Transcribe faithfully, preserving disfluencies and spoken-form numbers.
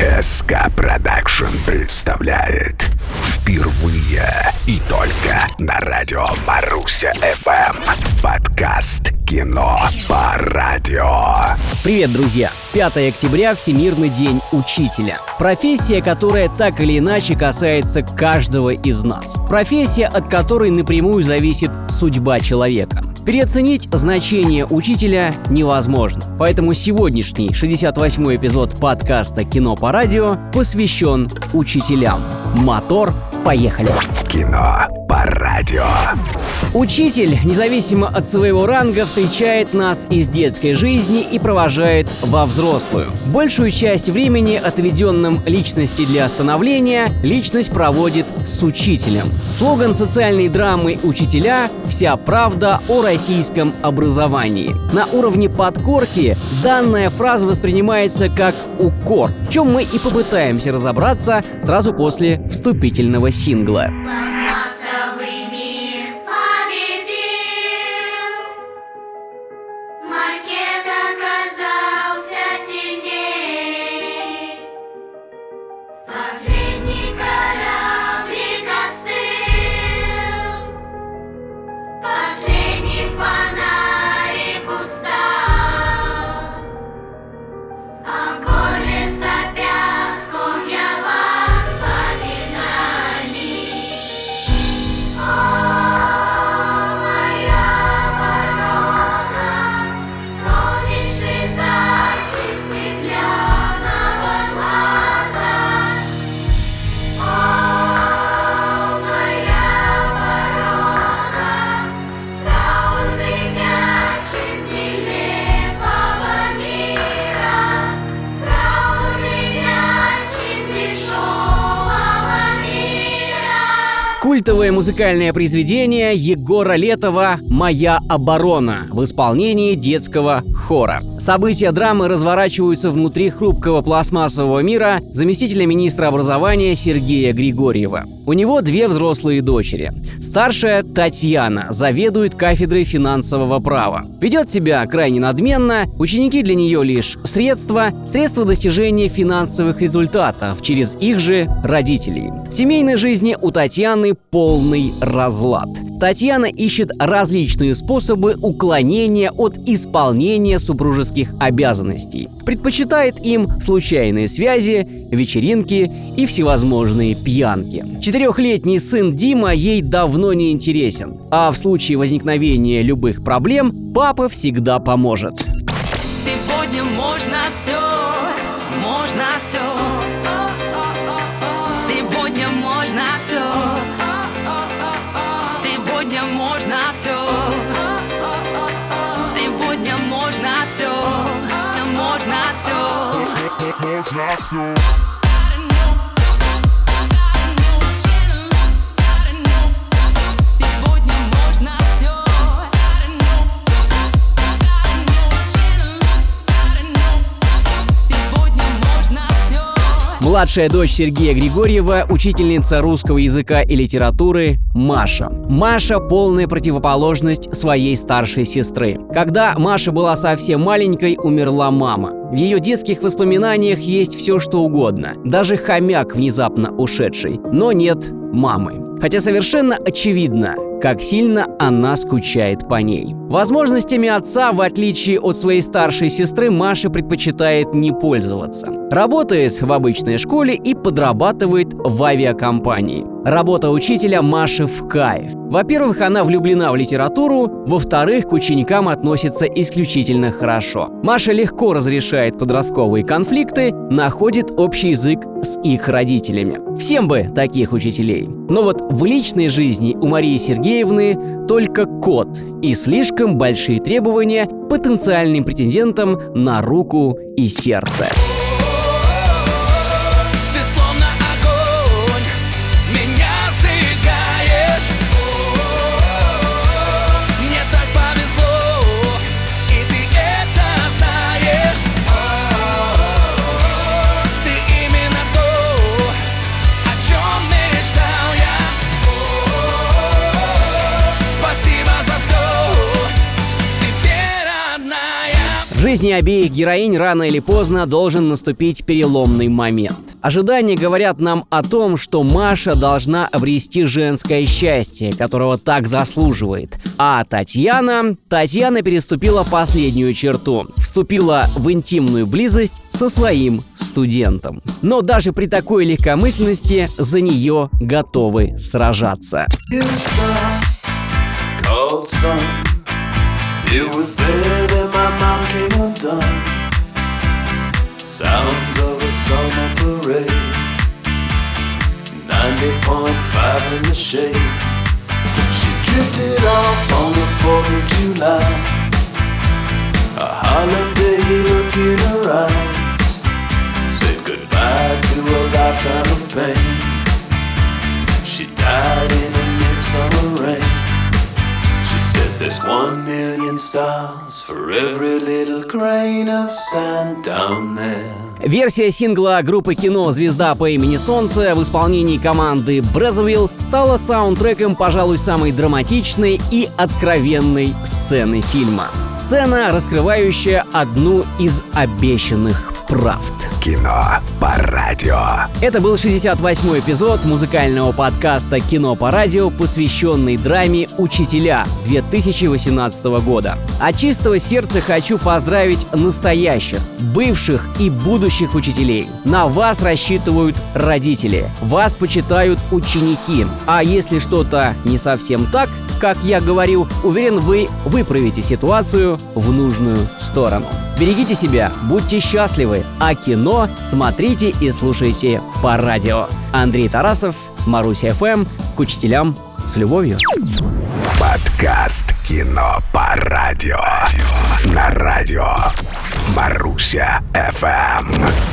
эс ка Продакшн представляет впервые и только на радио Маруся эф эм подкаст «Кино по радио». Привет, друзья! пятое октября – Всемирный день учителя. Профессия, которая так или иначе касается каждого из нас. Профессия, от которой напрямую зависит судьба человека. Переоценить значение учителя невозможно. Поэтому сегодняшний шестьдесят восьмой эпизод подкаста «Кино по радио» посвящен учителям. Мотор, поехали! Кино по радио. Учитель, независимо от своего ранга, встречает нас из детской жизни и провожает во взрослую. Большую часть времени, отведенным личности для становления, личность проводит с учителем. Слоган социальной драмы «Учителя» – вся правда о российском образовании. На уровне подкорки данная фраза воспринимается как укор, в чем мы и попытаемся разобраться сразу после вступительного сингла. Пластмассовый мир победил, макет оказался сильней, последний кораблик остыл, последний фонарик устал, а в горле сопят комья воспоминаний. О, моя ворона, солнечный зайчик стеклянного глаза. О, моя ворона, траурный мячик нелепого мира, траурный мячик дешевого мира. Культовое музыкальное произведение Егора Летова «Моя оборона» в исполнении детского хора. События драмы разворачиваются внутри хрупкого пластмассового мира заместителя министра образования Сергея Григорьева. У него две взрослые дочери. Старшая, Татьяна, заведует кафедрой финансового права. Ведет себя крайне надменно, ученики для нее лишь средства, средства достижения финансовых результатов через их же родителей. В семейной жизни у Татьяны полный разлад. Татьяна ищет различные способы уклонения от исполнения супружеских обязанностей. Предпочитает им случайные связи, вечеринки и всевозможные пьянки. Четырехлетний сын Дима ей давно не интересен, а в случае возникновения любых проблем папа всегда поможет. Сегодня можно все, можно все. Сегодня можно все. Сегодня можно все. Сегодня можно все. Можно все. Можно все. Младшая дочь Сергея Григорьева – учительница русского языка и литературы Маша. Маша – полная противоположность своей старшей сестры. Когда Маша была совсем маленькой, умерла мама. В ее детских воспоминаниях есть все, что угодно. Даже хомяк, внезапно ушедший. Но нет мамы. Хотя совершенно очевидно, как сильно она скучает по ней. Возможностями отца, в отличие от своей старшей сестры, Маша предпочитает не пользоваться. Работает в обычной школе и подрабатывает в авиакомпании. Работа учителя Маши в кайф. Во-первых, она влюблена в литературу, во-вторых, к ученикам относится исключительно хорошо. Маша легко разрешает подростковые конфликты, находит общий язык с их родителями. Всем бы таких учителей. Но вот в личной жизни у Марии Сергеевны только кот и слишком большие требования потенциальным претендентам на руку и сердце. жизни обеих героинь рано или поздно должен наступить переломный момент. Ожидания говорят нам о том, что Маша должна обрести женское счастье, которого так заслуживает. А Татьяна... Татьяна переступила последнюю черту. Вступила в интимную близость со своим студентом. Но даже при такой легкомысленности за нее готовы сражаться. Sounds of a summer parade, ninety point five in the shade. She drifted off on the fourth of July, a holiday look in her eyes, said goodbye to a lifetime of pain. She died in a midsummer rain. She said there's one million stars for every little grain of sand down there. Версия сингла группы кино «Звезда по имени Солнце» в исполнении команды Брезовилл стала саундтреком, пожалуй, самой драматичной и откровенной сцены фильма. Сцена, раскрывающая одну из обещанных правд. Кино по радио. Это был шестьдесят восьмой эпизод музыкального подкаста «Кино по радио», посвященный драме «Учителя» две тысячи восемнадцатого года. От чистого сердца хочу поздравить настоящих, бывших и будущих учителей. На вас рассчитывают родители, вас почитают ученики. А если что-то не совсем так, как я говорил, уверен, вы выправите ситуацию в нужную сторону. Берегите себя, будьте счастливы, а кино смотрите и слушайте по радио. Андрей Тарасов, Маруся эф эм, к учителям с любовью. Подкаст «Кино по радио» на радио Маруся эф эм.